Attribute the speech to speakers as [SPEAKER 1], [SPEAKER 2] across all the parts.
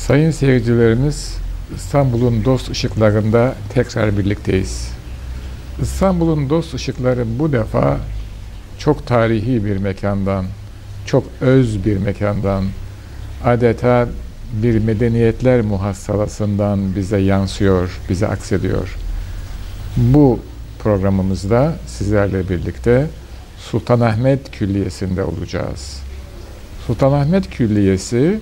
[SPEAKER 1] Sayın seyircilerimiz, İstanbul'un dost ışıklarında tekrar birlikteyiz. İstanbul'un dost ışıkları bu defa çok tarihi bir mekandan, çok öz bir mekandan, adeta bir medeniyetler muhassalasından bize yansıyor, bize aksediyor. Bu programımızda sizlerle birlikte Sultanahmet Külliyesi'nde olacağız. Sultanahmet Külliyesi,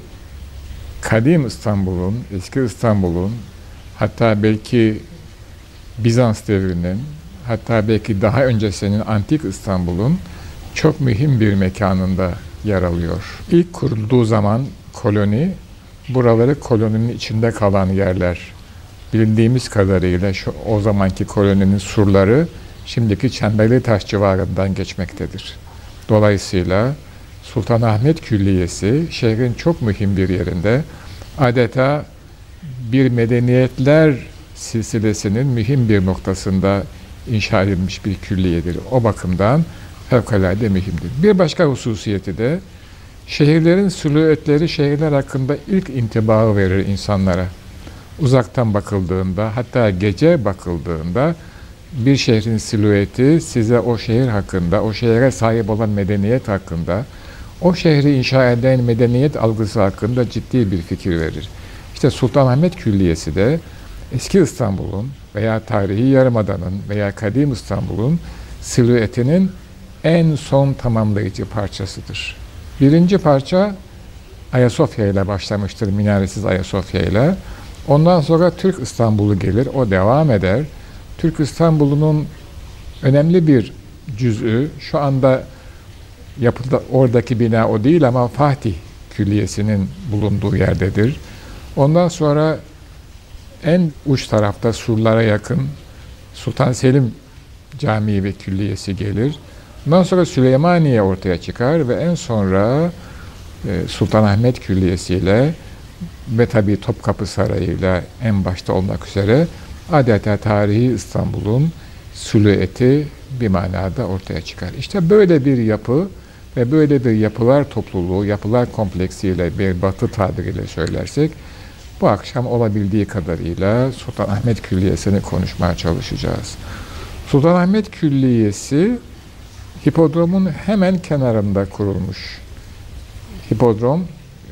[SPEAKER 1] kadim İstanbul'un, eski İstanbul'un, hatta belki Bizans devrinin, hatta belki daha öncesinin antik İstanbul'un çok mühim bir mekanında yer alıyor. İlk kurulduğu zaman koloni, buraları koloninin içinde kalan yerler. Bilindiğimiz kadarıyla o zamanki koloninin surları şimdiki Çemberlitaş civarından geçmektedir. Dolayısıyla Sultanahmet Külliyesi şehrin çok mühim bir yerinde, adeta bir medeniyetler silsilesinin mühim bir noktasında inşa edilmiş bir külliyedir. O bakımdan fevkalade mühimdir. Bir başka hususiyeti de şehirlerin silüetleri şehirler hakkında ilk intibağı verir insanlara. Uzaktan bakıldığında, hatta gece bakıldığında bir şehrin silüeti size o şehir hakkında, o şehre sahip olan medeniyet hakkında, o şehri inşa eden medeniyet algısı hakkında ciddi bir fikir verir. İşte Sultanahmet Külliyesi de eski İstanbul'un veya tarihi Yarımada'nın veya kadim İstanbul'un silüetinin en son tamamlayıcı parçasıdır. Birinci parça Ayasofya ile başlamıştır, minaresiz Ayasofya ile. Ondan sonra Türk İstanbul'u gelir, o devam eder. Türk İstanbul'unun önemli bir cüz'ü, şu anda yapıda oradaki bina o değil ama Fatih Külliyesi'nin bulunduğu yerdedir. Ondan sonra en uç tarafta surlara yakın Sultan Selim Camii ve Külliyesi gelir. Ondan sonra Süleymaniye ortaya çıkar ve en sonra Sultanahmet Külliyesi ile ve tabii Topkapı Sarayı ile en başta olmak üzere adeta tarihi İstanbul'un silüeti bir manada ortaya çıkar. İşte böyle bir yapı ve böyle bir yapılar topluluğu, yapılar kompleksiyle bir batı tabiriyle söylersek, bu akşam olabildiği kadarıyla Sultanahmet Külliyesi'ni konuşmaya çalışacağız. Sultanahmet Külliyesi, hipodromun hemen kenarında kurulmuş. Hipodrom,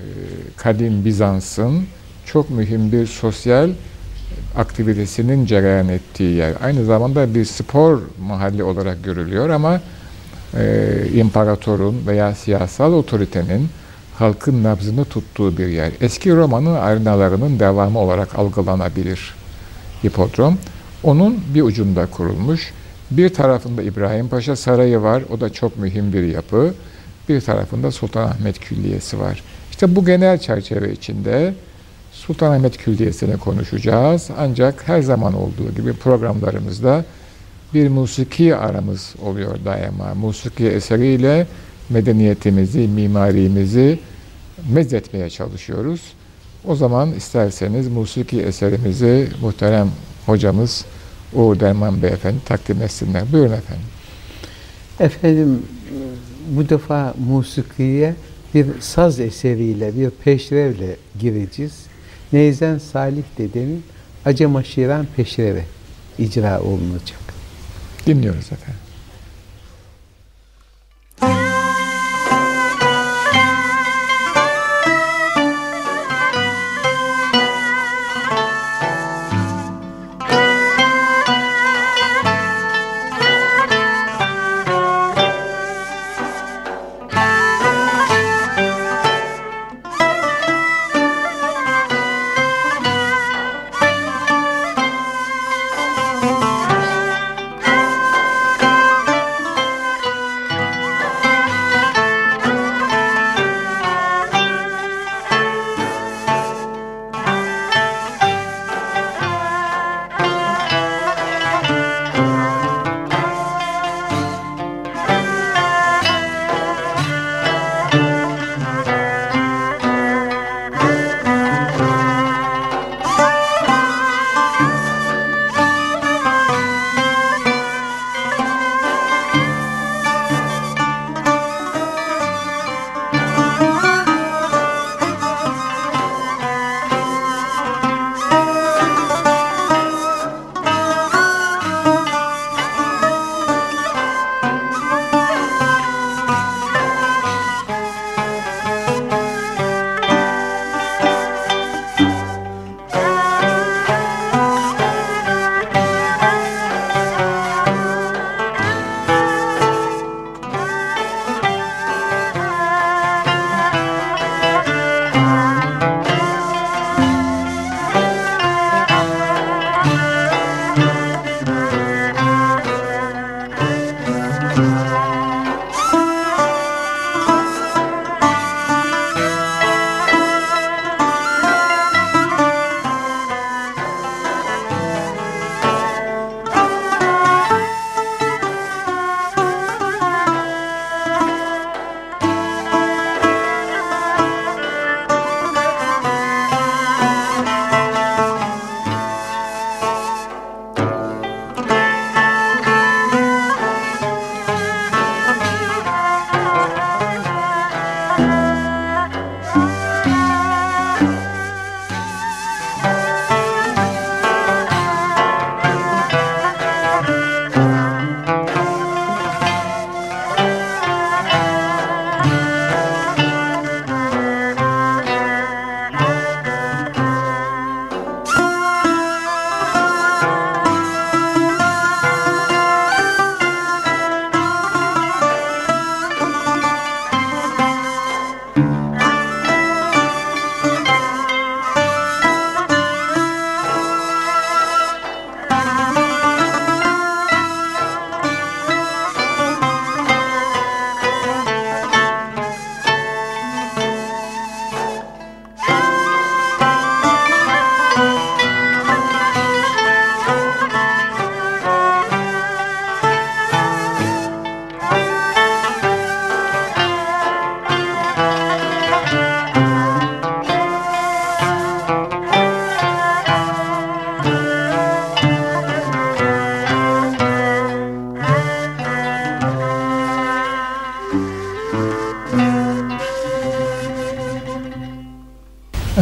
[SPEAKER 1] kadim Bizans'ın çok mühim bir sosyal aktivitesinin cereyan ettiği yer. Aynı zamanda bir spor mahalli olarak görülüyor ama imparatorun veya siyasal otoritenin halkın nabzını tuttuğu bir yer. Eski Roma'nın arenalarının devamı olarak algılanabilir hipodrom. Onun bir ucunda kurulmuş. Bir tarafında İbrahim Paşa Sarayı var. O da çok mühim bir yapı. Bir tarafında Sultanahmet Külliyesi var. İşte bu genel çerçeve içinde Sultanahmet Külliyesi'ni konuşacağız. Ancak her zaman olduğu gibi programlarımızda bir musiki aramız oluyor daima. Musiki eseriyle medeniyetimizi, mimarimizi mezzetmeye çalışıyoruz. O zaman isterseniz musiki eserimizi muhterem hocamız Uğur Derman Beyefendi takdim etsinler. Buyurun efendim.
[SPEAKER 2] Efendim, bu defa musikiye bir saz eseriyle, bir peşrevle gireceğiz. Neyzen Salih dedenin Acemaşiran Peşrevi icra olunacak.
[SPEAKER 1] Dinliyoruz efendim.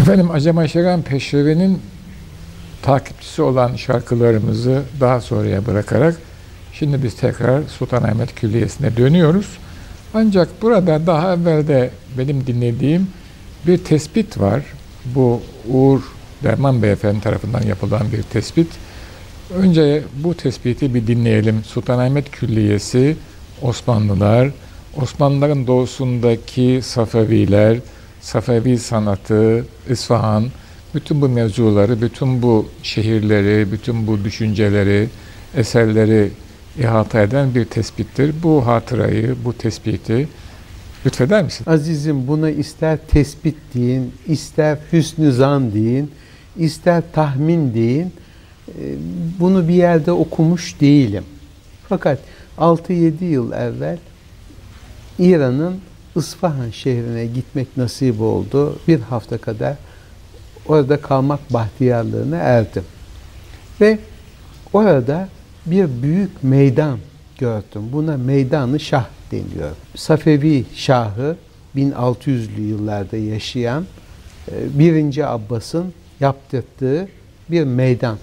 [SPEAKER 1] Efendim Acem Şeran Peşrevi'nin takipçisi olan şarkılarımızı daha sonraya bırakarak şimdi biz tekrar Sultanahmet Külliyesi'ne dönüyoruz. Ancak burada daha evvel de benim dinlediğim bir tespit var. Bu Uğur Derman Beyefendi tarafından yapılan bir tespit. Önce bu tespiti bir dinleyelim. Sultanahmet Külliyesi, Osmanlılar, Osmanlıların doğusundaki Safeviler, Safevi sanatı, İsfahan, bütün bu mevzuları, bütün bu şehirleri, bütün bu düşünceleri, eserleri ihata eden bir tespittir. Bu hatırayı, bu tespiti lütfeder misin?
[SPEAKER 2] Azizim, buna ister tespit deyin, ister hüsnü zan deyin, ister tahmin deyin. Bunu bir yerde okumuş değilim. Fakat 6-7 yıl evvel İran'ın İsfahan şehrine gitmek nasip oldu. Bir hafta kadar orada kalmak bahtiyarlığına erdim. Ve orada bir büyük meydan gördüm. Buna Meydan-ı Şah deniyor. Safevi Şahı 1600'lü yıllarda yaşayan 1. Abbas'ın yaptırdığı bir meydan.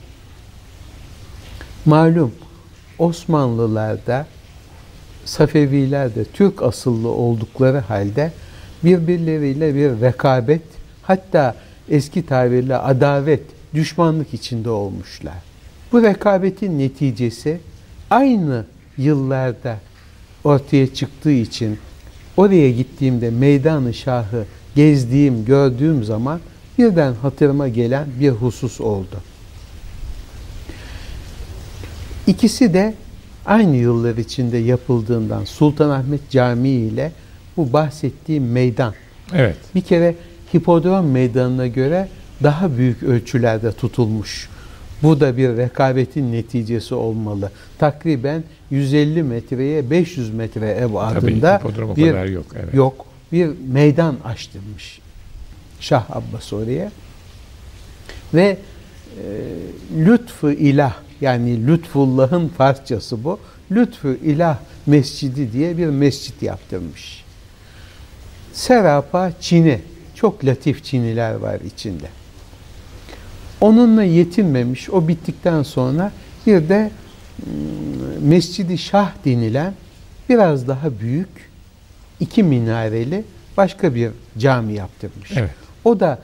[SPEAKER 2] Malum Osmanlılarda, Safevilerde Türk asıllı oldukları halde birbirleriyle bir rekabet, hatta eski tabirle adavet, düşmanlık içinde olmuşlar. Bu rekabetin neticesi aynı yıllarda ortaya çıktığı için oraya gittiğimde Meydan-ı Şah'ı gezdiğim, gördüğüm zaman birden hatırıma gelen bir husus oldu. İkisi de aynı yıllar içinde yapıldığından Sultanahmet Camii ile bu bahsettiğim meydan.
[SPEAKER 1] Evet.
[SPEAKER 2] Bir kere Hipodrom Meydanı'na göre daha büyük ölçülerde tutulmuş. Bu da bir rekabetin neticesi olmalı. Takriben 150 metreye 500 metre ebadında bir meydan açtırmış Şah Abbas oraya. Ve Lütfü İlah, yani Lütfullah'ın Farsçası bu. Lütfü İlah Mescidi diye bir mescit yaptırmış. Serapa çini, çok latif çiniler var içinde. Onunla yetinmemiş. O bittikten sonra bir de Mescid-i Şah denilen biraz daha büyük 2 minareli başka bir cami yaptırmış.
[SPEAKER 1] Evet.
[SPEAKER 2] O da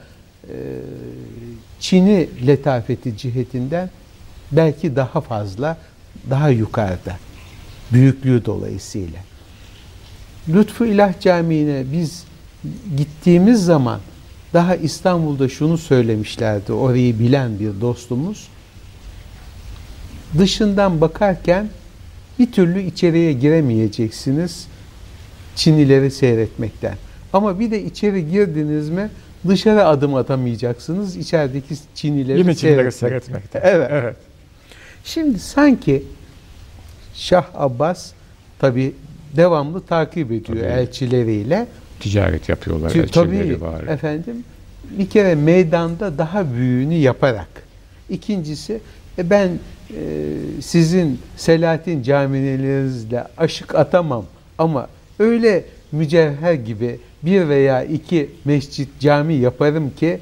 [SPEAKER 2] Çin'i letafeti cihetinden belki daha fazla, daha yukarıda. Büyüklüğü dolayısıyla. Lütfü İlah Camii'ne biz gittiğimiz zaman daha İstanbul'da şunu söylemişlerdi, orayı bilen bir dostumuz. Dışından bakarken bir türlü içeriye giremeyeceksiniz Çinileri seyretmekten. Ama bir de içeri girdiniz mi dışarı adım atamayacaksınız içerideki Çinileri seyretmekten. Evet.
[SPEAKER 1] Evet.
[SPEAKER 2] Şimdi sanki Şah Abbas tabi devamlı takip ediyor elçileriyle.
[SPEAKER 1] Ticaret yapıyorlar, elçileri
[SPEAKER 2] tabii,
[SPEAKER 1] var.
[SPEAKER 2] Efendim, bir kere meydanda daha büyüğünü yaparak. İkincisi, ben sizin Selahattin caminelerinizle aşık atamam ama öyle mücevher gibi 1 veya 2 mescit, cami yaparım ki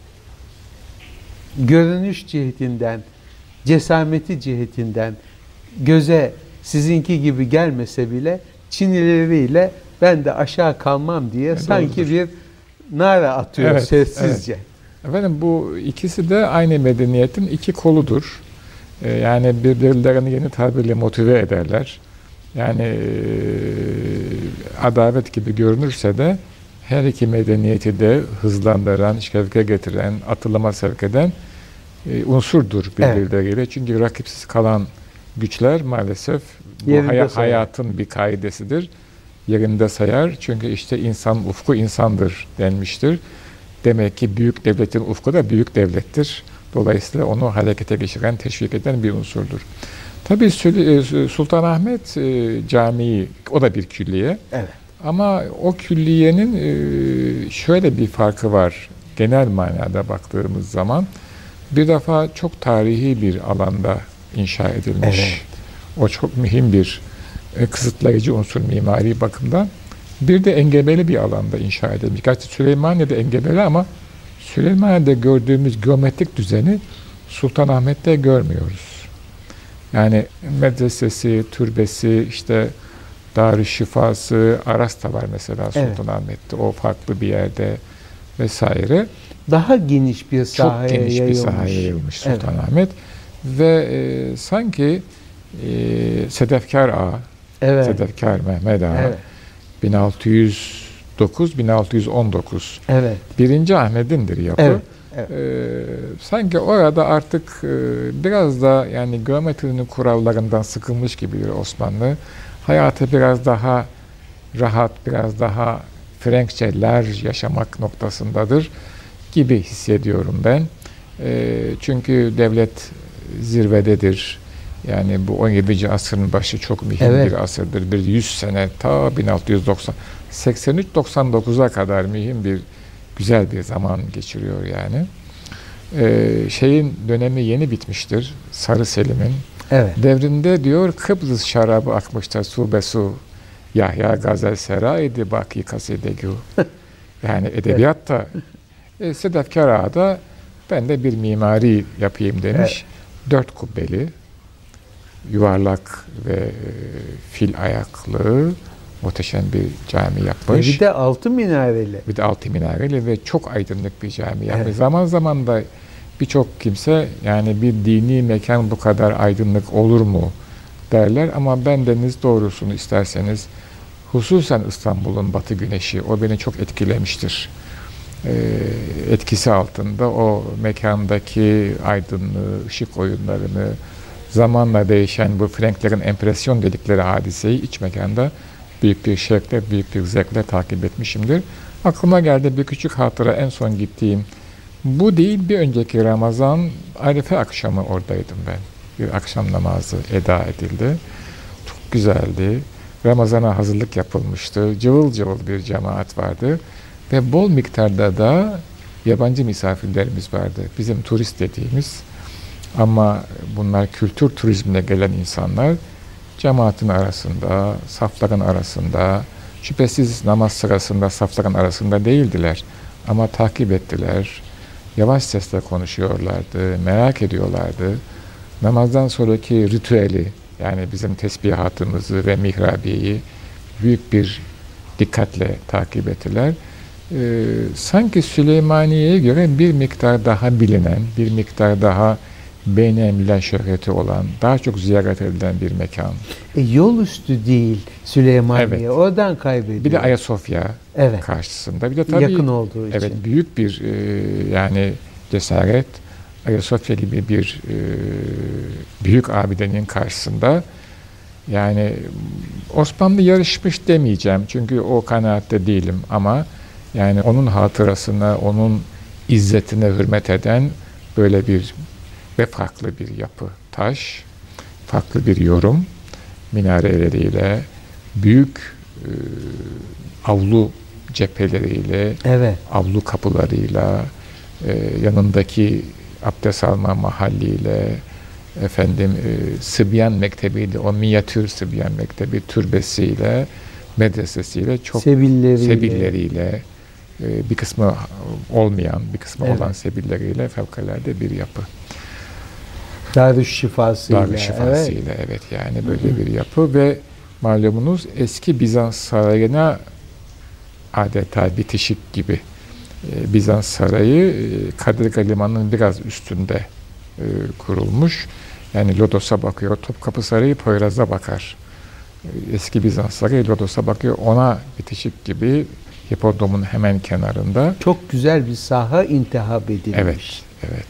[SPEAKER 2] görünüş cihetinden, cesameti cihetinden göze sizinki gibi gelmese bile Çinileriyle ben de aşağı kalmam diye sanki bir nara atıyor sessizce.
[SPEAKER 1] Evet. Efendim bu ikisi de aynı medeniyetin iki koludur. Yani birbirlerini yeni tabirle motive ederler. Yani adalet gibi görünürse de her iki medeniyeti de hızlandıran, şevke getiren, atılıma sevk eden unsurdur birbirleriyle. Evet. Çünkü rakipsiz kalan güçler maalesef bu hayatın bir kaidesidir. Yerinde sayar. Çünkü işte insan ufku insandır denmiştir. Demek ki büyük devletin ufku da büyük devlettir. Dolayısıyla onu harekete geçiren, teşvik eden bir unsurdur. Tabii Sultanahmet Camii, o da bir külliye.
[SPEAKER 2] Evet.
[SPEAKER 1] Ama o külliyenin şöyle bir farkı var. Genel manada baktığımız zaman bir defa çok tarihi bir alanda inşa edilmiş.
[SPEAKER 2] Evet.
[SPEAKER 1] O çok mühim bir kısıtlayıcı unsur mimari bakımdan. Bir de engebeli bir alanda inşa edilmiş. Gerçi Süleymaniye'de engebeli ama Süleymaniye'de gördüğümüz geometrik düzeni Sultanahmet'te görmüyoruz. Yani medresesi, türbesi, işte Darüşşifası, Aras da var mesela Sultanahmet'te. O farklı bir yerde vesaire.
[SPEAKER 2] Daha geniş bir
[SPEAKER 1] Çok
[SPEAKER 2] sahaya
[SPEAKER 1] geniş bir sahaya yayılmış Sultanahmet. Ve sanki Sedefkar Ağa, Sedefkar Mehmet Ağa, 1609-1619.
[SPEAKER 2] Evet.
[SPEAKER 1] 1. Ahmet'indir yapı.
[SPEAKER 2] Evet.
[SPEAKER 1] Sanki orada artık biraz da yani geometrinin kurallarından sıkılmış gibi Osmanlı. Hayatı biraz daha rahat, biraz daha Frenkçe, large yaşamak noktasındadır gibi hissediyorum ben. Çünkü devlet zirvededir. Yani bu 17. asrın başı çok mühim bir asırdır. Bir 100 sene ta 1690, 83-99'a kadar mühim bir güzel bir zaman geçiriyor yani. Şeyin dönemi yeni bitmiştir. Sarı Selim'in. Devrinde diyor Kıbrıs şarabı akmıştır su be su. Yahya Gazel Seraydi baki kasidegü. Yani edebiyatta Sedefkar Ağa da ben de bir mimari yapayım demiş. 4 kubbeli, yuvarlak ve fil ayaklı muhteşem bir cami yapmış.
[SPEAKER 2] Bir de 6 minareli.
[SPEAKER 1] Bir de 6 minareli ve çok aydınlık bir cami yapmış. Zaman zaman da birçok kimse yani bir dini mekan bu kadar aydınlık olur mu derler ama bendeniz doğrusunu isterseniz hususen İstanbul'un batı güneşi o beni çok etkilemiştir. Etkisi altında o mekandaki aydınlığı, ışık oyunlarını, zamanla değişen bu Frenklerin empresyon dedikleri hadiseyi iç mekanda büyük bir şevkle, büyük bir zevkle takip etmişimdir. Aklıma geldi bir küçük hatıra en son gittiğim. Bu değil, bir önceki Ramazan Arife akşamı oradaydım ben. Bir akşam namazı eda edildi. Çok güzeldi. Ramazana hazırlık yapılmıştı. Cıvıl cıvıl bir cemaat vardı. Ve bol miktarda da yabancı misafirlerimiz vardı. Bizim turist dediğimiz ama bunlar kültür turizmine gelen insanlar cemaatin arasında, safların arasında, şüphesiz namaz sırasında safların arasında değildiler. Ama takip ettiler. Yavaş sesle konuşuyorlardı, merak ediyorlardı. Namazdan sonraki ritüeli, yani bizim tesbihatımızı ve mihrabiyeyi büyük bir dikkatle takip ettiler. Sanki Süleymaniye'ye göre bir miktar daha bilinen, bir miktar daha beğenilen şöhreti olan, daha çok ziyaret edilen bir mekan.
[SPEAKER 2] Yol üstü değil Süleymaniye, oradan kaybediyor.
[SPEAKER 1] Bir de Ayasofya karşısında. Bir de tabii
[SPEAKER 2] yakın olduğu için.
[SPEAKER 1] Evet, büyük bir yani cesaret. Ayasofya gibi bir büyük abidenin karşısında yani Osmanlı yarışmış demeyeceğim çünkü o kanaatte değilim ama yani onun hatırasına, onun izzetine hürmet eden böyle bir ve farklı bir yapı, taş, farklı bir yorum, minareleriyle, büyük avlu cepheleriyle, avlu kapılarıyla, yanındaki abdest alma mahalliyle, Sıbyan Mektebi'yle, o minyatür Sıbyan Mektebi türbesiyle, medresesiyle, çok sebilleriyle, bir kısmı olmayan, bir kısmı olan sebilleriyle fevkalade bir yapı.
[SPEAKER 2] Darüşşifasıyla.
[SPEAKER 1] Darüşşifasıyla yani böyle bir yapı ve malumunuz eski Bizans sarayına adeta bitişik gibi. Bizans sarayı Kadırga Limanı'nın biraz üstünde kurulmuş. Yani Lodos'a bakıyor. Topkapı Sarayı Poyraz'a bakar. Eski Bizans sarayı Lodos'a bakıyor. Ona bitişik gibi Hipodromun hemen kenarında.
[SPEAKER 2] Çok güzel bir saha intihap edilmiş.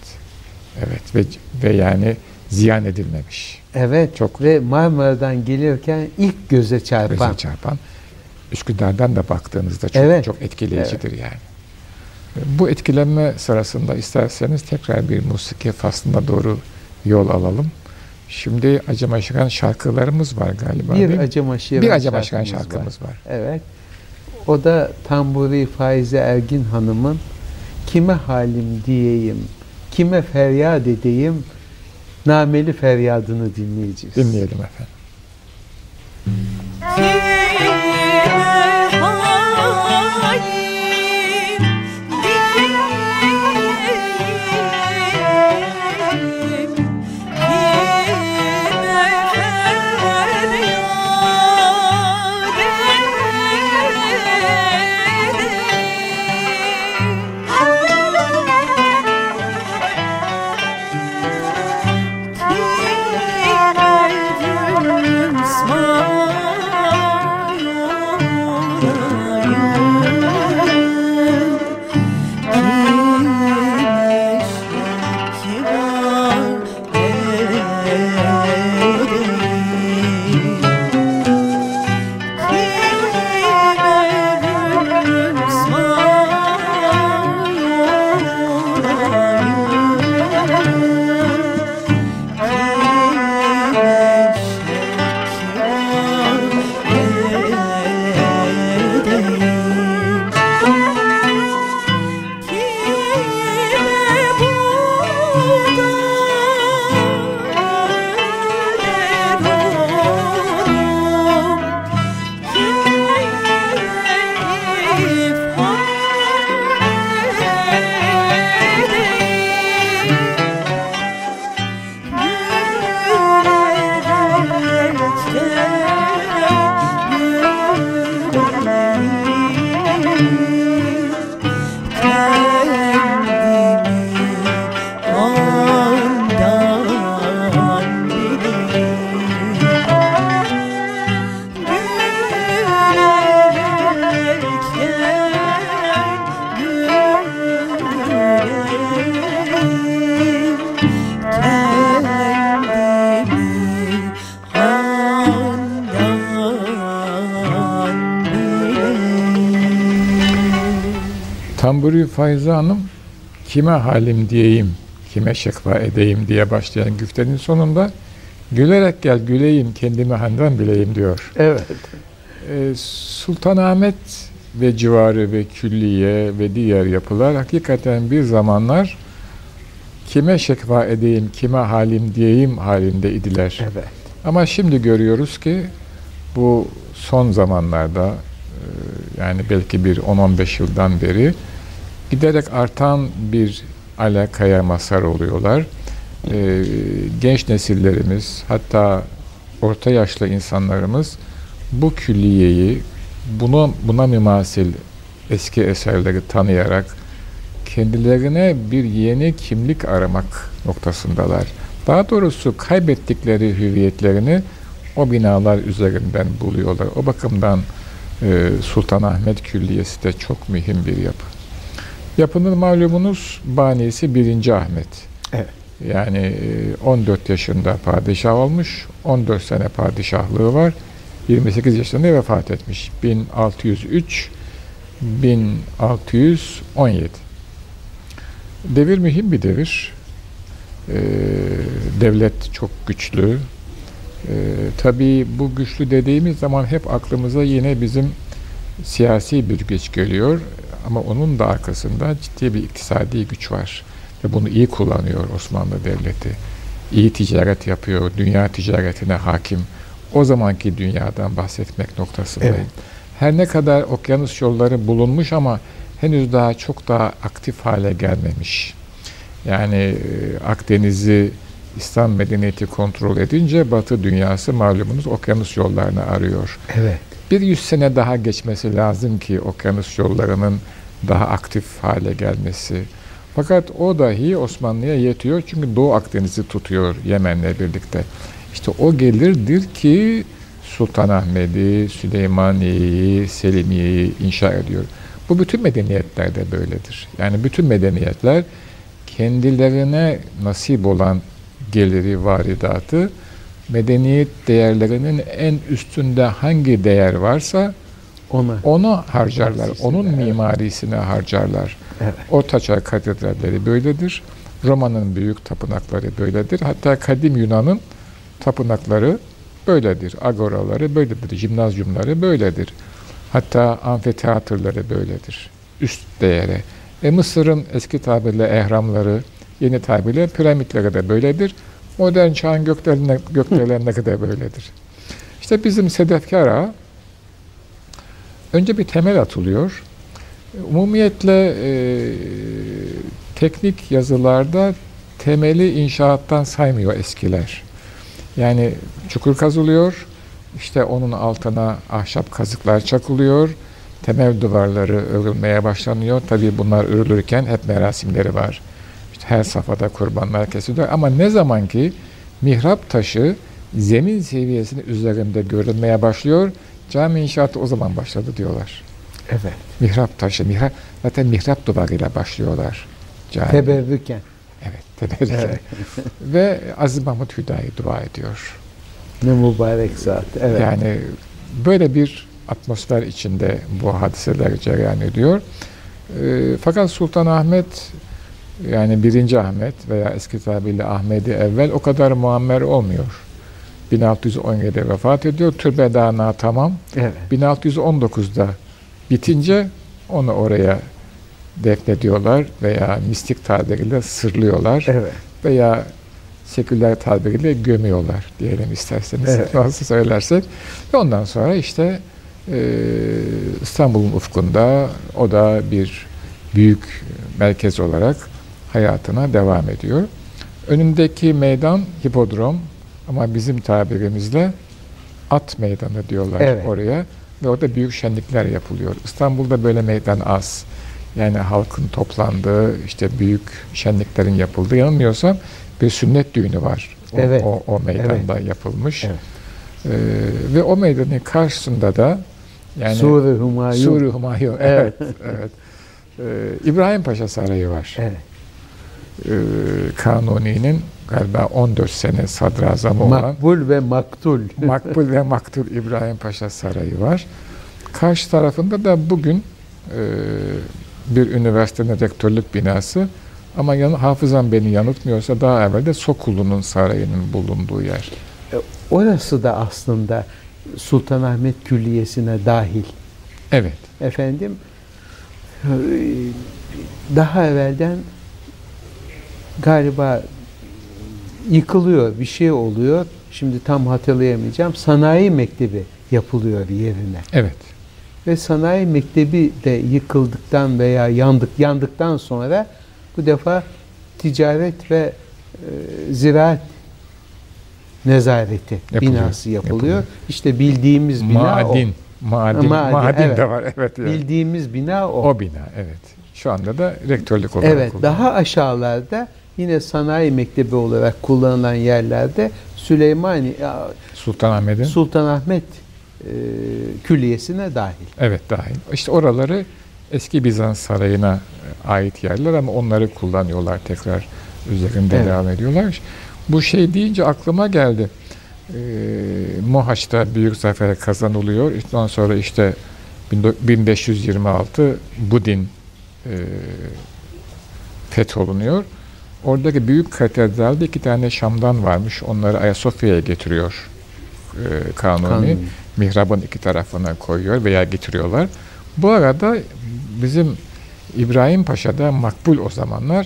[SPEAKER 1] Evet ve yani ziyan edilmemiş.
[SPEAKER 2] Çok ve Marmara'dan gelirken ilk göze çarpan.
[SPEAKER 1] Üsküdar'dan da baktığınızda çok etkileyicidir yani. Bu etkilenme sırasında isterseniz tekrar bir musiki faslına doğru yol alalım. Şimdi Acem Aşıran şarkılarımız var galiba.
[SPEAKER 2] Bir Acem Aşıran
[SPEAKER 1] şarkımız var.
[SPEAKER 2] Evet. O da Tamburi Faize Ergin Hanım'ın Kime halim diyeyim, kime feryat edeyim, nameli feryadını dinleyeceğiz.
[SPEAKER 1] Dinleyelim efendim.
[SPEAKER 3] Kime halim diyeyim,
[SPEAKER 1] Tamburi Faize Hanım kime halim diyeyim, kime şekva edeyim diye başlayan güftenin sonunda gülerek gel güleyim, kendimi handan bileyim diyor.
[SPEAKER 2] Evet.
[SPEAKER 1] Sultanahmet ve civarı ve külliye ve diğer yapılar hakikaten bir zamanlar kime şekva edeyim, kime halim diyeyim halinde idiler.
[SPEAKER 2] Evet.
[SPEAKER 1] Ama şimdi görüyoruz ki bu son zamanlarda yani belki bir 10-15 yıldan beri giderek artan bir alakaya mazhar oluyorlar. Genç nesillerimiz, hatta orta yaşlı insanlarımız bu külliyeyi, buna mümasil eski eserleri tanıyarak kendilerine bir yeni kimlik aramak noktasındalar. Daha doğrusu kaybettikleri hüviyetlerini o binalar üzerinden buluyorlar. O bakımdan Sultanahmet Külliyesi de çok mühim bir yapı. Yapının malumunuz banisi 1. Ahmet.
[SPEAKER 2] Evet. Yani
[SPEAKER 1] 14 yaşında padişah olmuş, 14 sene padişahlığı var. 28 yaşında vefat etmiş. 1603-1617. Devir mühim bir devir. Devlet çok güçlü. Tabii bu güçlü dediğimiz zaman hep aklımıza yine bizim siyasi bir güç geliyor. Ama onun da arkasında ciddi bir iktisadi güç var. Ve bunu iyi kullanıyor Osmanlı Devleti. İyi ticaret yapıyor, dünya ticaretine hakim. O zamanki dünyadan bahsetmek noktasındayım. Evet. Her ne kadar okyanus yolları bulunmuş ama henüz daha çok daha aktif hale gelmemiş. Yani Akdeniz'i İslam medeniyeti kontrol edince Batı dünyası malumunuz okyanus yollarını arıyor.
[SPEAKER 2] Evet.
[SPEAKER 1] Bir 100 sene daha geçmesi lazım ki okyanus yollarının daha aktif hale gelmesi. Fakat o dahi Osmanlı'ya yetiyor çünkü Doğu Akdeniz'i tutuyor Yemen'le birlikte. İşte o gelirdir ki Sultanahmet'i, Süleymaniye'yi, Selimiye'yi inşa ediyor. Bu bütün medeniyetlerde böyledir. Yani bütün medeniyetler kendilerine nasip olan geliri, varidatı, medeniyet değerlerinin en üstünde hangi değer varsa onu harcarlar. Onun mimarisine harcarlar.
[SPEAKER 2] Evet.
[SPEAKER 1] Ortaçağ katedralleri böyledir. Roma'nın büyük tapınakları böyledir. Hatta kadim Yunan'ın tapınakları böyledir. Agoraları böyledir. Jimnazyumları böyledir. Hatta amfiteyatroları böyledir. Üst değere. Mısır'ın eski tabirle ehramları, yeni tabirle piramitleri de böyledir. Modern çağın gökdelenleri de böyledir. İşte bizim Sedefkar Ağa önce bir temel atılıyor. Umumiyetle teknik yazılarda temeli inşaattan saymıyor eskiler. Yani çukur kazılıyor, işte onun altına ahşap kazıklar çakılıyor, temel duvarları örülmeye başlanıyor. Tabii bunlar örülürken hep merasimleri var. İşte her safhada kurbanlar kesiliyor. Ama ne zaman ki mihrap taşı zemin seviyesinin üzerinde görünmeye başlıyor, cami inşaatı o zaman başladı diyorlar.
[SPEAKER 2] Evet.
[SPEAKER 1] Mihrap taşı, zaten mihrap duvarıyla başlıyorlar. Cami.
[SPEAKER 2] Teberrüken.
[SPEAKER 1] Evet, teberrüken. Evet. Ve Aziz Mahmud Hüdayi dua ediyor.
[SPEAKER 2] Ne mübarek zat. Evet.
[SPEAKER 1] Yani böyle bir atmosfer içinde bu hadiseler cereyan ediyor. Fakat Sultanahmet, yani 1. Ahmet veya eski tabirle Ahmedi Evvel o kadar muammer olmuyor. 1617'de vefat ediyor. Türbe daha tamam.
[SPEAKER 2] Evet.
[SPEAKER 1] 1619'da bitince onu oraya defnediyorlar veya mistik tabiriyle sırlıyorlar.
[SPEAKER 2] Evet.
[SPEAKER 1] Veya seküler tabiriyle gömüyorlar diyelim isterseniz. Evet. Nasıl söylersek. Ve ondan sonra işte İstanbul'un ufkunda o da bir büyük merkez olarak hayatına devam ediyor. Önündeki meydan hipodrom ama bizim tabirimizle at meydanı diyorlar. Evet. Oraya ve orada büyük şenlikler yapılıyor. İstanbul'da böyle meydan az. Yani halkın toplandığı, işte büyük şenliklerin yapıldığı, yanılmıyorsam bir sünnet düğünü var.
[SPEAKER 2] Evet.
[SPEAKER 1] O meydanda yapılmış.
[SPEAKER 2] Evet.
[SPEAKER 1] Ve o meydanın karşısında da yani
[SPEAKER 2] Sur-i Humayun.
[SPEAKER 1] Sur-i Humayun. Evet. Evet. İbrahim Paşa Sarayı var.
[SPEAKER 2] Evet.
[SPEAKER 1] Kanuni'nin galiba 14 sene sadrazamı olan
[SPEAKER 2] Makbul ve Maktul.
[SPEAKER 1] Makbul ve Maktul İbrahim Paşa Sarayı var. Karşı tarafında da bugün bir üniversitenin rektörlük binası. Ama hafızam beni yanıltmıyorsa daha evvel de Sokullu'nun sarayının bulunduğu yer.
[SPEAKER 2] Orası da aslında Sultanahmet Külliyesi'ne dahil.
[SPEAKER 1] Evet.
[SPEAKER 2] Efendim, daha evvelden galiba yıkılıyor, bir şey oluyor. Şimdi tam hatırlayamayacağım. Sanayi Mektebi yapılıyor yerine.
[SPEAKER 1] Evet.
[SPEAKER 2] Ve Sanayi Mektebi de yıkıldıktan veya yandıktan sonra bu defa Ticaret ve Ziraat Nezareti binası yapılıyor. İşte bildiğimiz bina
[SPEAKER 1] Maden
[SPEAKER 2] evet.
[SPEAKER 1] de var. Evet. Yani.
[SPEAKER 2] Bildiğimiz bina o.
[SPEAKER 1] O bina, evet. Şu anda da rektörlük olarak
[SPEAKER 2] evet,
[SPEAKER 1] kullanılıyor.
[SPEAKER 2] daha aşağılarda yine Sanayi Mektebi olarak kullanılan yerlerde Sultanahmet Külliyesi'ne dahil.
[SPEAKER 1] Evet, dahil. İşte oraları eski Bizans sarayına ait yerler ama onları kullanıyorlar, tekrar üzerinde devam ediyorlar. Bu şey deyince aklıma geldi. Mohaç'ta büyük zafer kazanılıyor. Ondan sonra işte 1526 Budin fetholunuyor. Oradaki büyük katedralde 2 tane Şam'dan varmış. Onları Ayasofya'ya getiriyor Kanuni. Mihrabın 2 tarafına koyuyor veya getiriyorlar. Bu arada bizim İbrahim Paşa da makbul o zamanlar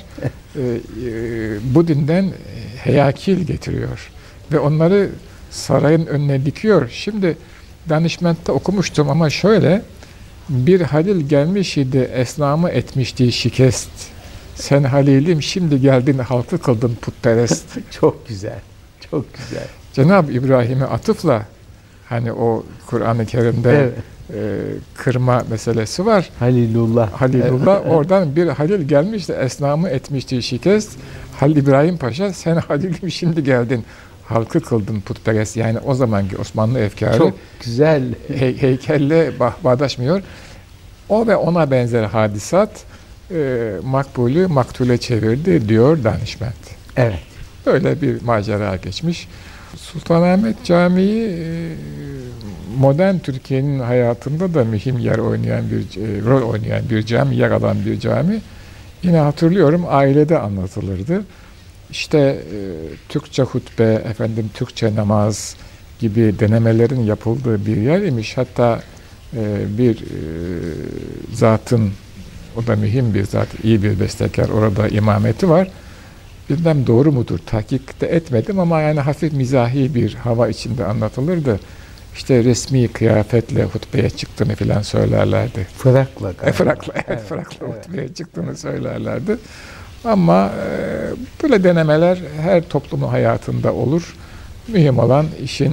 [SPEAKER 1] Budin'den heyakil getiriyor. Ve onları sarayın önüne dikiyor. Şimdi danışmenta okumuştum ama şöyle, bir Halil gelmiş idi, esnamı etmişti şikest. Sen Halil'im, şimdi geldin halkı kıldın putperest.
[SPEAKER 2] Çok güzel, çok güzel.
[SPEAKER 1] Cenab-ı İbrahim'e atıfla, hani o Kur'an-ı Kerim'de kırma meselesi var.
[SPEAKER 2] Halilullah.
[SPEAKER 1] Oradan bir Halil gelmiş de esnamı etmişti şikest. Halil İbrahim Paşa, sen Halil'im, şimdi geldin halkı kıldın putperest. Yani o zamanki Osmanlı efkarı
[SPEAKER 2] çok güzel.
[SPEAKER 1] Heykelle bağdaşmıyor. O ve ona benzer hadisat makbulü maktule çevirdi diyor danışment.
[SPEAKER 2] Evet.
[SPEAKER 1] Böyle bir macera geçmiş. Sultanahmet Camii modern Türkiye'nin hayatında da mühim rol oynayan bir cami, yer alan bir cami. Yine hatırlıyorum, ailede anlatılırdı. İşte Türkçe hutbe, Türkçe namaz gibi denemelerin yapıldığı bir yer imiş. Hatta bir zatın, o da mühim bir zat, iyi bir bestekar, orada imameti var. Bilmem doğru mudur, tahkik de etmedim ama yani hafif mizahi bir hava içinde anlatılırdı. İşte resmi kıyafetle hutbeye çıktığını filan söylerlerdi.
[SPEAKER 2] Fırakla.
[SPEAKER 1] Fırakla hutbeye çıktığını söylerlerdi. Ama böyle denemeler her toplumun hayatında olur. Mühim olan işin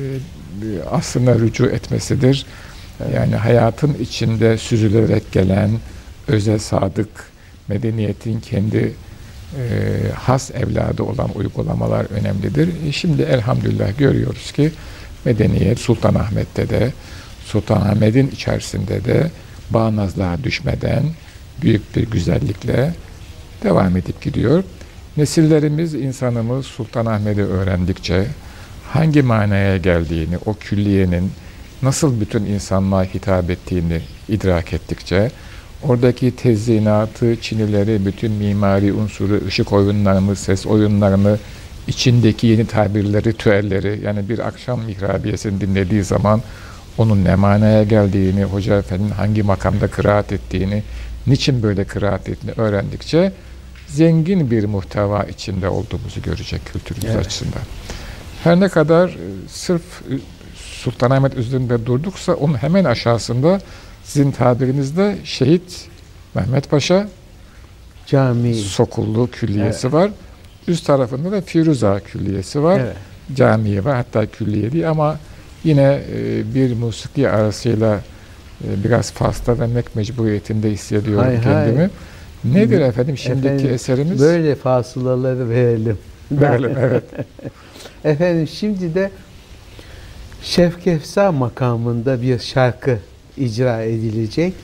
[SPEAKER 1] aslına rücu etmesidir. Yani hayatın içinde süzülerek gelen, öze sadık, medeniyetin kendi has evladı olan uygulamalar önemlidir. Şimdi elhamdülillah görüyoruz ki medeniyet Sultanahmet'te de, Sultanahmet'in içerisinde de bağnazlığa düşmeden büyük bir güzellikle devam edip gidiyor. Nesillerimiz, insanımız Sultanahmet'i öğrendikçe hangi manaya geldiğini, o külliyenin nasıl bütün insanlığa hitap ettiğini idrak ettikçe, oradaki tezyinatı, çinileri, bütün mimari unsuru, ışık oyunlarını, ses oyunlarını, içindeki yeni tabirleri, tüelleri, yani bir akşam mihrabiyesini dinlediği zaman onun ne manaya geldiğini, Hoca Efendi'nin hangi makamda kıraat ettiğini, niçin böyle kıraat ettiğini öğrendikçe zengin bir muhteva içinde olduğumuzu görecek kültürümüz açısından. Her ne kadar sırf Sultanahmet üzerinde durduksa onun hemen aşağısında sizin tabirinizde Şehit Mehmet Paşa
[SPEAKER 2] Cami,
[SPEAKER 1] Sokullu Külliyesi var. Üst tarafında da Firuza Külliyesi var.
[SPEAKER 2] Evet.
[SPEAKER 1] Camii var, hatta külliye değil ama yine bir musiki arasıyla biraz Fas'ta vermek mecburiyetinde hissediyorum kendimi. Nedir efendim şimdiki eserimiz?
[SPEAKER 2] Böyle fasılaları verelim.
[SPEAKER 1] Verelim, evet.
[SPEAKER 2] Efendim şimdi de Şevkefza makamında bir şarkı icra edilecek.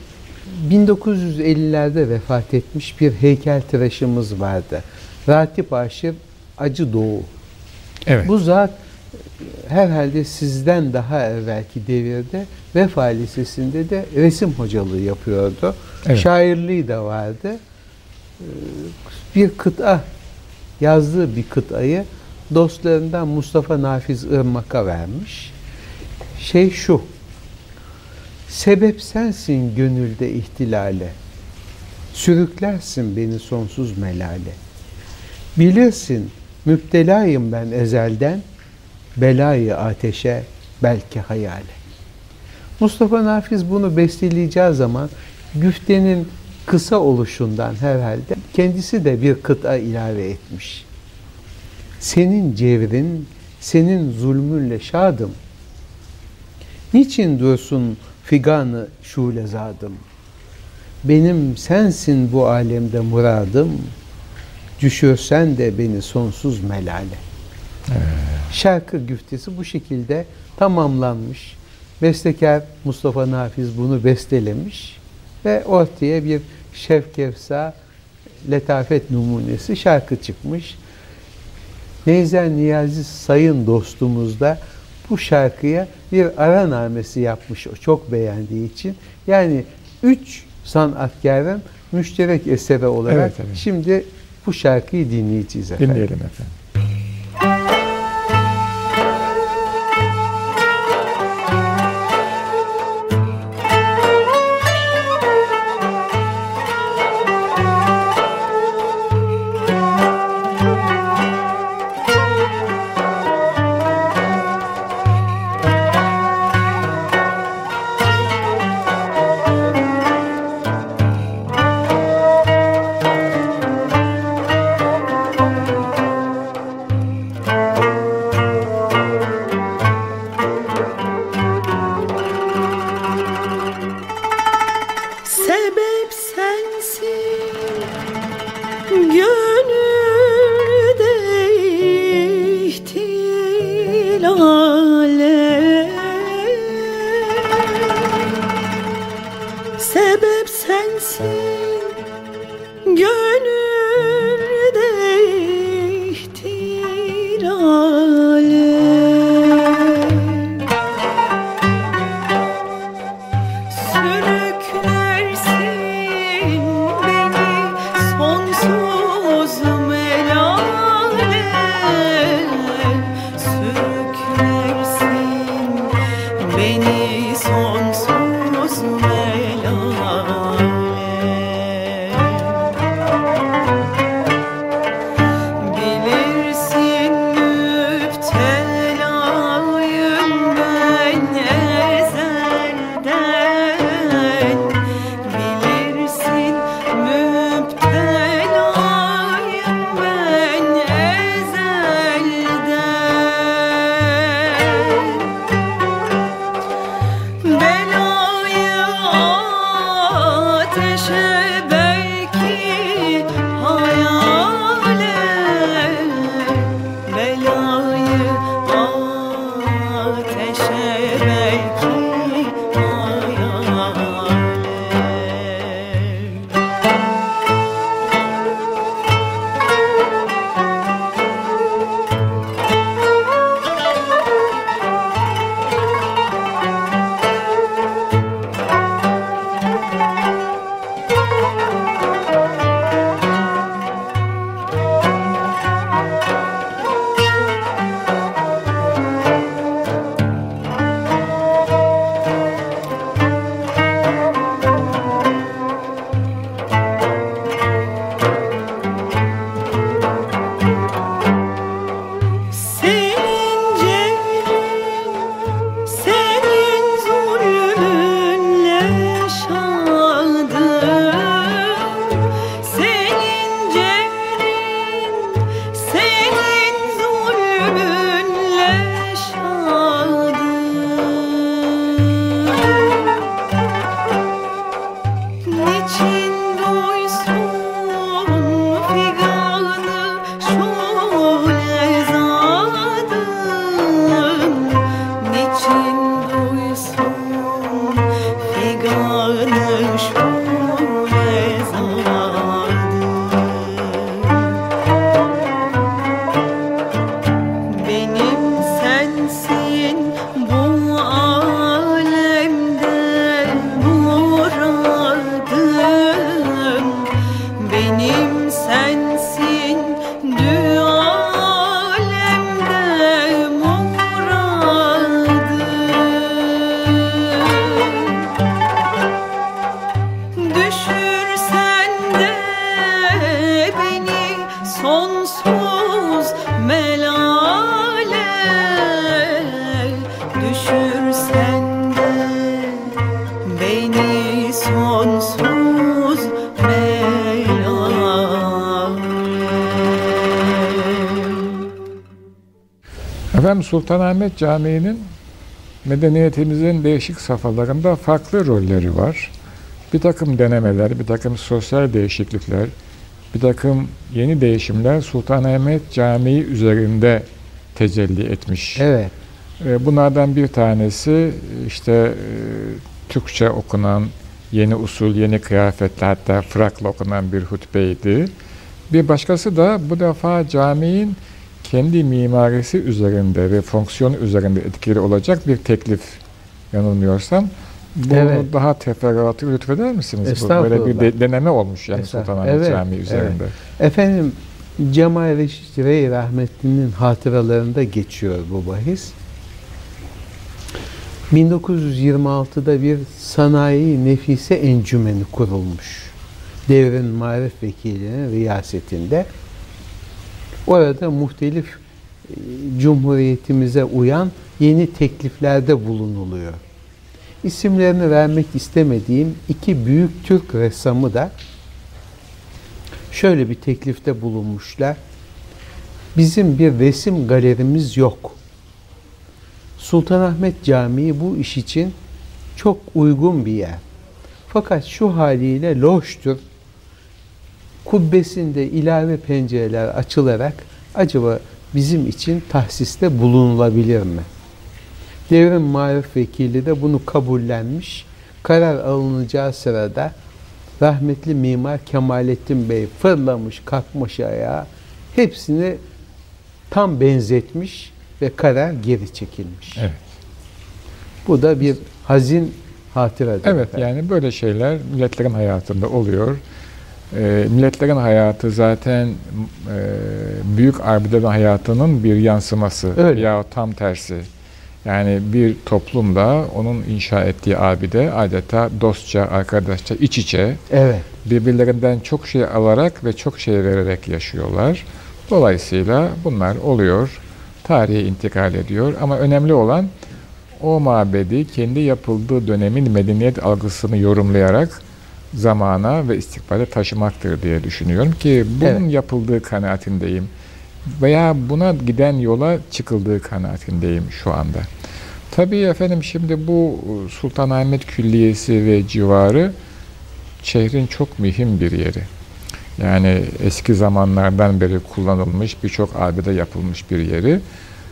[SPEAKER 2] 1950'lerde vefat etmiş bir heykeltıraşımız vardı. Ratip Aşir Acıdoğu.
[SPEAKER 1] Evet.
[SPEAKER 2] Bu zat herhalde sizden daha evvelki devirde Vefa Lisesi'nde de resim hocalığı yapıyordu.
[SPEAKER 1] Evet.
[SPEAKER 2] Şairliği de vardı. Bir kıta, yazdığı bir kıtayı dostlarından Mustafa Nafiz Irmak'a vermiş. Şey şu: sebep sensin gönülde ihtilale, sürüklersin beni sonsuz melale. Bilirsin müptelayım ben ezelden, belayı ateşe belki hayale. Mustafa Nafiz bunu besteleyeceği zaman güftenin kısa oluşundan herhalde kendisi de bir kıta ilave etmiş. Senin cevrin, senin zulmünle şadım. Niçin dursun figanı şulezadım? Benim sensin bu alemde muradım. Düşürsen de beni sonsuz melale. Şarkı güftesi bu şekilde tamamlanmış. Bestekar Mustafa Nafiz bunu bestelemiş ve ortaya bir şevkefsa, letafet numunesi şarkı çıkmış. Neyzen Niyazi sayın dostumuz da bu şarkıya bir aranamesi yapmış, o çok beğendiği için. Yani 3 sanatkarın müşterek eseri olarak
[SPEAKER 1] evet.
[SPEAKER 2] Şimdi bu şarkıyı dinleyeceğiz efendim.
[SPEAKER 1] Dinleyelim efendim.
[SPEAKER 3] Sebep sensin gönülde ihtilale, sebep sensin gönülde ihtilale. Sürüklersin beni sonsuz melale, sürüklersin beni sonsuz melale. Bilirsin müptelayım ben ezelden, bilirsin müptelayım ben ezelden. Belayı ateşe belki hayale, belayı ateşe belki hayale. Senin cevrin, senin zulmünle şadım.
[SPEAKER 1] Efendim Sultanahmet Camii'nin medeniyetimizin değişik safhalarında farklı rolleri var. Bir takım denemeler, bir takım sosyal değişiklikler, bir takım yeni değişimler Sultanahmet Camii üzerinde tecelli etmiş.
[SPEAKER 2] Evet.
[SPEAKER 1] Bunlardan bir tanesi işte Türkçe okunan, yeni usul, yeni kıyafetle hatta frakla okunan bir hutbeydi. Bir başkası da bu defa caminin kendi mimarisi üzerinde ve fonksiyonu üzerinde etkili olacak bir teklif, yanılmıyorsam. Bunu
[SPEAKER 2] Evet.
[SPEAKER 1] daha teferruatlı lütfeder misiniz? Bu
[SPEAKER 2] Estağfurullah.
[SPEAKER 1] böyle bir deneme olmuş yani
[SPEAKER 2] Estağfurullah.
[SPEAKER 1] Sultanahmet
[SPEAKER 2] Evet,
[SPEAKER 1] Camii üzerinde.
[SPEAKER 2] Efendim Cemal Reşit Rey rahmetlinin hatıralarında geçiyor bu bahis. 1926'da bir sanayi nefise encümeni kurulmuş. Devrin Marif Vekili'nin riyasetinde. Orada muhtelif Cumhuriyetimize uyan yeni tekliflerde bulunuluyor. İsimlerini vermek istemediğim iki büyük Türk ressamı da şöyle bir teklifte bulunmuşlar. Bizim bir resim galerimiz yok. Sultanahmet Camii bu iş için çok uygun bir yer. Fakat şu haliyle loştur. Kubbesinde ilave pencereler açılarak acaba bizim için tahsiste bulunulabilir mi? Devrim Marif Vekili de bunu kabullenmiş. Karar alınacağı sırada rahmetli mimar Kemalettin Bey fırlamış, kalkmış ayağa. Hepsini tam benzetmiş ve karar geri çekilmiş.
[SPEAKER 1] Evet.
[SPEAKER 2] Bu da bir hazin hatıradır.
[SPEAKER 1] Evet,
[SPEAKER 2] efendim.
[SPEAKER 1] yani böyle şeyler milletlerin hayatında oluyor. Milletlerin hayatı zaten büyük abidelerin hayatının bir yansıması.
[SPEAKER 2] Öyle.
[SPEAKER 1] Ya tam tersi. Yani bir toplumda onun inşa ettiği abide adeta dostça, arkadaşça, iç içe
[SPEAKER 2] Evet.
[SPEAKER 1] birbirlerinden çok şey alarak ve çok şey vererek yaşıyorlar. Dolayısıyla bunlar oluyor. Tarihe intikal ediyor. Ama önemli olan o mabedi kendi yapıldığı dönemin medeniyet algısını yorumlayarak zamana ve istikbale taşımaktır diye düşünüyorum ki bunun yapıldığı kanaatindeyim. Veya buna giden yola çıkıldığı kanaatindeyim şu anda. Tabii efendim şimdi bu Sultanahmet Külliyesi ve civarı şehrin çok mühim bir yeri. Yani eski zamanlardan beri kullanılmış, birçok abide yapılmış bir yeri.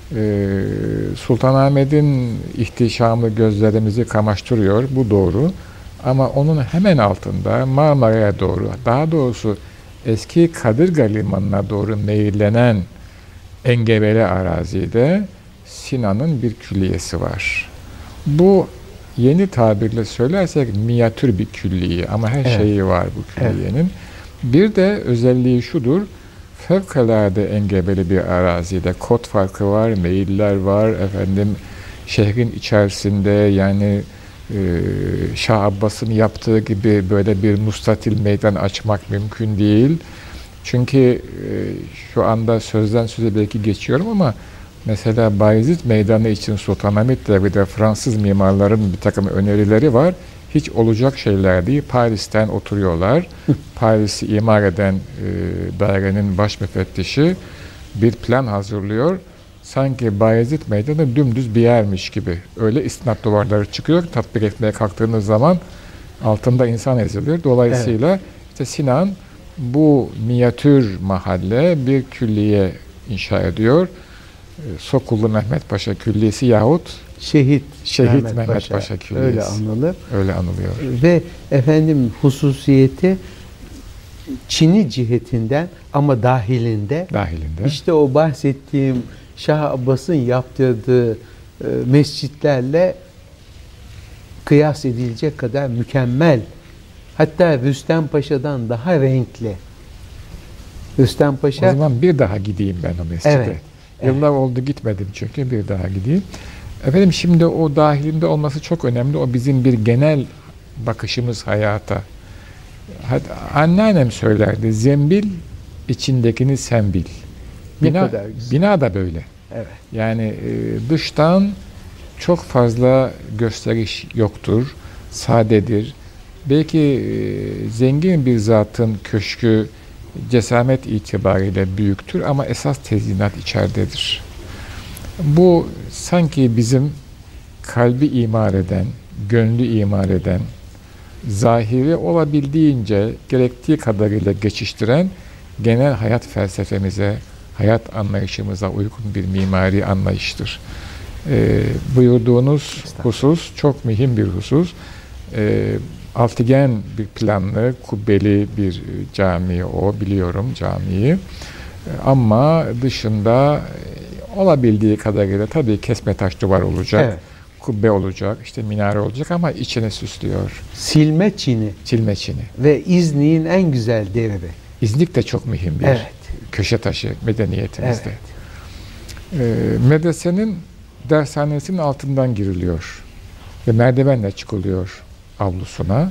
[SPEAKER 1] Sultanahmet'in ihtişamı gözlerimizi kamaştırıyor, bu doğru. Ama onun hemen altında Marmara'ya doğru, daha doğrusu eski Kadırga Limanı'na doğru meyillenen engebeli arazide Sinan'ın bir külliyesi var. Bu yeni tabirle söylersek minyatür bir külliye ama her şeyi var bu külliyenin. Bir de özelliği şudur, fevkalade engebeli bir arazide kod farkı var, meyiller var, efendim şehrin içerisinde yani Şah Abbas'ın yaptığı gibi böyle bir mustatil meydan açmak mümkün değil. Çünkü şu anda sözden söze belki geçiyorum ama mesela Bayezid Meydanı için Sultanahmet devrinde Fransız mimarların bir takım önerileri var. Hiç olacak şeyler değil. Paris'ten oturuyorlar. Paris'i imar eden dairenin baş müfettişi bir plan hazırlıyor. Sanki Bayezid Meydanı dümdüz bir yermiş gibi. Öyle istinat duvarları çıkıyor. Tatbik etmeye kalktığınız zaman altında insan eziliyor. Dolayısıyla işte Sinan bu minyatür mahalle bir külliye inşa ediyor. Sokullu Mehmet Paşa Külliyesi yahut Şehit Mehmet Paşa Külliyesi.
[SPEAKER 2] Öyle anılır.
[SPEAKER 1] Öyle anılıyor.
[SPEAKER 2] Ve efendim hususiyeti Çin'i cihetinden ama dahilinde işte o bahsettiğim Şah Abbas'ın yaptırdığı mescitlerle kıyas edilecek kadar mükemmel. Hatta Rüstem Paşa'dan daha renkli. Rüstem Paşa...
[SPEAKER 1] O zaman bir daha gideyim ben o mescide.
[SPEAKER 2] Evet.
[SPEAKER 1] Yıllar oldu gitmedim çünkü bir daha gideyim. Efendim şimdi o dahilinde olması çok önemli. O bizim bir genel bakışımız hayata. Anneannem söylerdi, zembil içindekini sen bil. Bina da böyle.
[SPEAKER 2] Evet.
[SPEAKER 1] Yani dıştan çok fazla gösteriş yoktur, sadedir. Belki zengin bir zatın köşkü cesamet itibariyle büyüktür ama esas tezyinat içeridedir. Bu sanki bizim kalbi imar eden, gönlü imar eden, zahiri olabildiğince gerektiği kadarıyla geçiştiren genel hayat felsefemize, hayat anlayışımıza uygun bir mimari anlayıştır. Buyurduğunuz husus çok mühim bir husus. Altıgen bir planlı, kubbeli bir cami o, biliyorum camiyi. Ama dışında olabildiği kadarıyla tabii kesme taş duvar olacak,
[SPEAKER 2] Evet.
[SPEAKER 1] kubbe olacak, işte minare olacak ama içine süslüyor.
[SPEAKER 2] Silme çini
[SPEAKER 1] Çilme çini.
[SPEAKER 2] ve İznik'in en güzel devri.
[SPEAKER 1] İznik de çok mühim bir
[SPEAKER 2] Evet.
[SPEAKER 1] köşe taşı medeniyetimizde.
[SPEAKER 2] Evet.
[SPEAKER 1] Medresenin dershanesinin altından giriliyor ve merdivenle çıkılıyor avlusuna.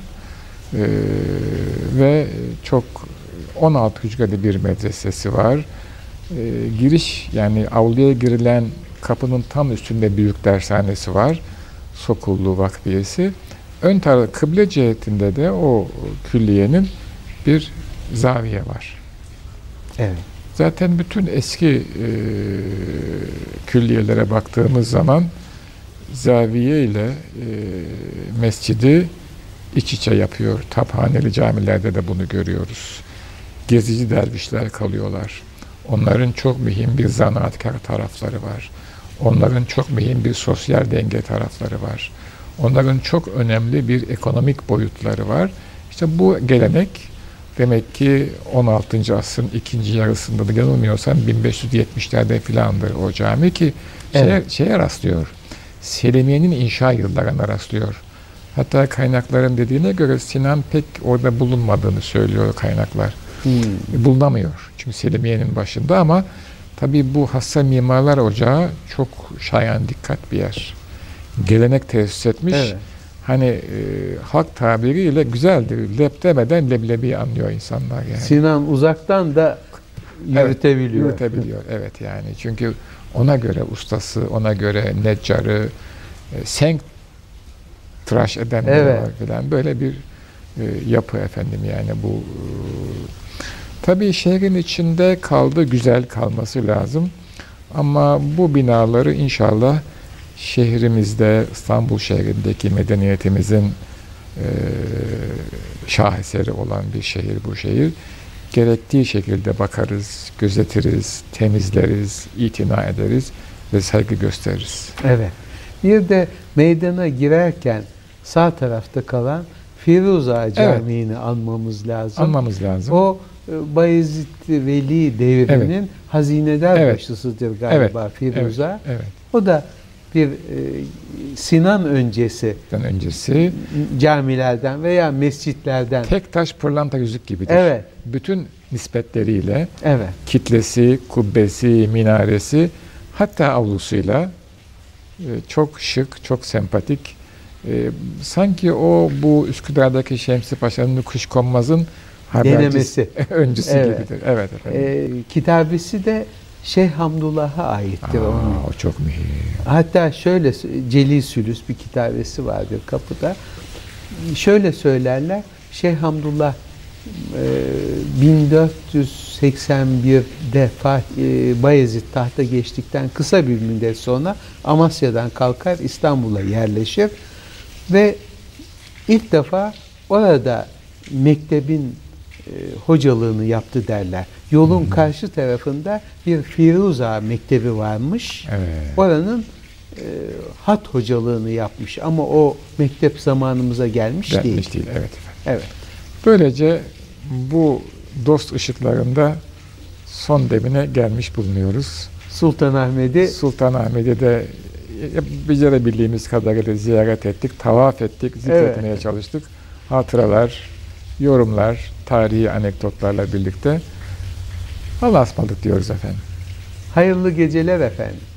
[SPEAKER 1] Ve çok 16 hücreli bir medresesi var. Giriş, yani avluya girilen kapının tam üstünde büyük dershanesi var. Sokullu Vakfiyesi. Ön tarafı kıble cihetinde de o külliyenin bir zaviye var.
[SPEAKER 2] Evet.
[SPEAKER 1] Zaten bütün eski külliyelere baktığımız zaman zaviye ile mescidi iç içe yapıyor. Taphaneli camilerde de bunu görüyoruz. Gezici dervişler kalıyorlar. Onların çok mühim bir zanaatkar tarafları var. Onların çok mühim bir sosyal denge tarafları var. Onların çok önemli bir ekonomik boyutları var. İşte bu gelenek demek ki 16. asrın ikinci yarısında da yanılmıyorsam 1570'lerde filandır o cami ki şeye rastlıyor. Selimiye'nin inşa yıllarına rastlıyor. Hatta kaynakların dediğine göre Sinan pek orada bulunmadığını söylüyor kaynaklar. Bulunamıyor. Çünkü Selimiye'nin başında ama tabii bu Hassa Mimarlar Ocağı çok şayan dikkat bir yer. Gelenek tesis etmiş.
[SPEAKER 2] Evet.
[SPEAKER 1] Hani halk tabiriyle güzeldir. Lep demeden leblebi anlıyor insanlar yani.
[SPEAKER 2] Sinan uzaktan da yürütebiliyor.
[SPEAKER 1] Evet, yürütebiliyor. Evet yani. Çünkü ona göre ustası, ona göre neccarı, senk tıraş edenleri
[SPEAKER 2] Evet.
[SPEAKER 1] var filan. Böyle bir yapı efendim yani bu. Tabii şehrin içinde kaldı, güzel kalması lazım. Ama bu binaları inşallah şehrimizde, İstanbul şehrindeki medeniyetimizin şaheseri olan bir şehir bu şehir. Gerektiği şekilde bakarız, gözetiriz, temizleriz, itina ederiz ve saygı gösteririz.
[SPEAKER 2] Evet. Bir de meydana girerken sağ tarafta kalan Firuza Camii'ni anmamız lazım.
[SPEAKER 1] Anmamız lazım.
[SPEAKER 2] O Bayezid Veli devrinin hazinedar
[SPEAKER 1] Evet.
[SPEAKER 2] başısıdır galiba Firuza.
[SPEAKER 1] Evet.
[SPEAKER 2] O da bir Sinan öncesi
[SPEAKER 1] Öncesi
[SPEAKER 2] camilerden veya mescitlerden.
[SPEAKER 1] tek taş pırlanta yüzük gibidir.
[SPEAKER 2] Evet.
[SPEAKER 1] Bütün nispetleriyle,
[SPEAKER 2] Evet.
[SPEAKER 1] kitlesi, kubbesi, minaresi, hatta avlusuyla çok şık, çok sempatik. Sanki o bu Üsküdar'daki Şemsi Paşa'nın Kuşkonmaz'ın
[SPEAKER 2] Denemesi.
[SPEAKER 1] öncüsü
[SPEAKER 2] Evet.
[SPEAKER 1] gibidir. Evet efendim.
[SPEAKER 2] Kitabesi de Şeyh Hamdullah'a aittir onun.
[SPEAKER 1] O çok mühim.
[SPEAKER 2] Hatta şöyle Celil Sülüs bir kitabesi vardır kapıda. Şöyle söylerler. Şeyh Hamdullah 1481'de Bayezid tahta geçtikten kısa bir müddet sonra Amasya'dan kalkar İstanbul'a yerleşir ve ilk defa orada mektebin hocalığını yaptı derler. Yolun karşı tarafında bir Firuza Mektebi varmış.
[SPEAKER 1] Evet.
[SPEAKER 2] Oranın hat hocalığını yapmış ama o mektep zamanımıza gelmiş değil.
[SPEAKER 1] Evet efendim.
[SPEAKER 2] Evet.
[SPEAKER 1] Böylece bu dost ışıklarında son demine gelmiş bulunuyoruz. Sultanahmet'i de becerebildiğimiz kadarıyla ziyaret ettik, tavaf ettik, zikretmeye çalıştık. Hatıralar, yorumlar, tarihi anekdotlarla birlikte Allah'a ısmarladık diyoruz efendim.
[SPEAKER 2] Hayırlı geceler efendim.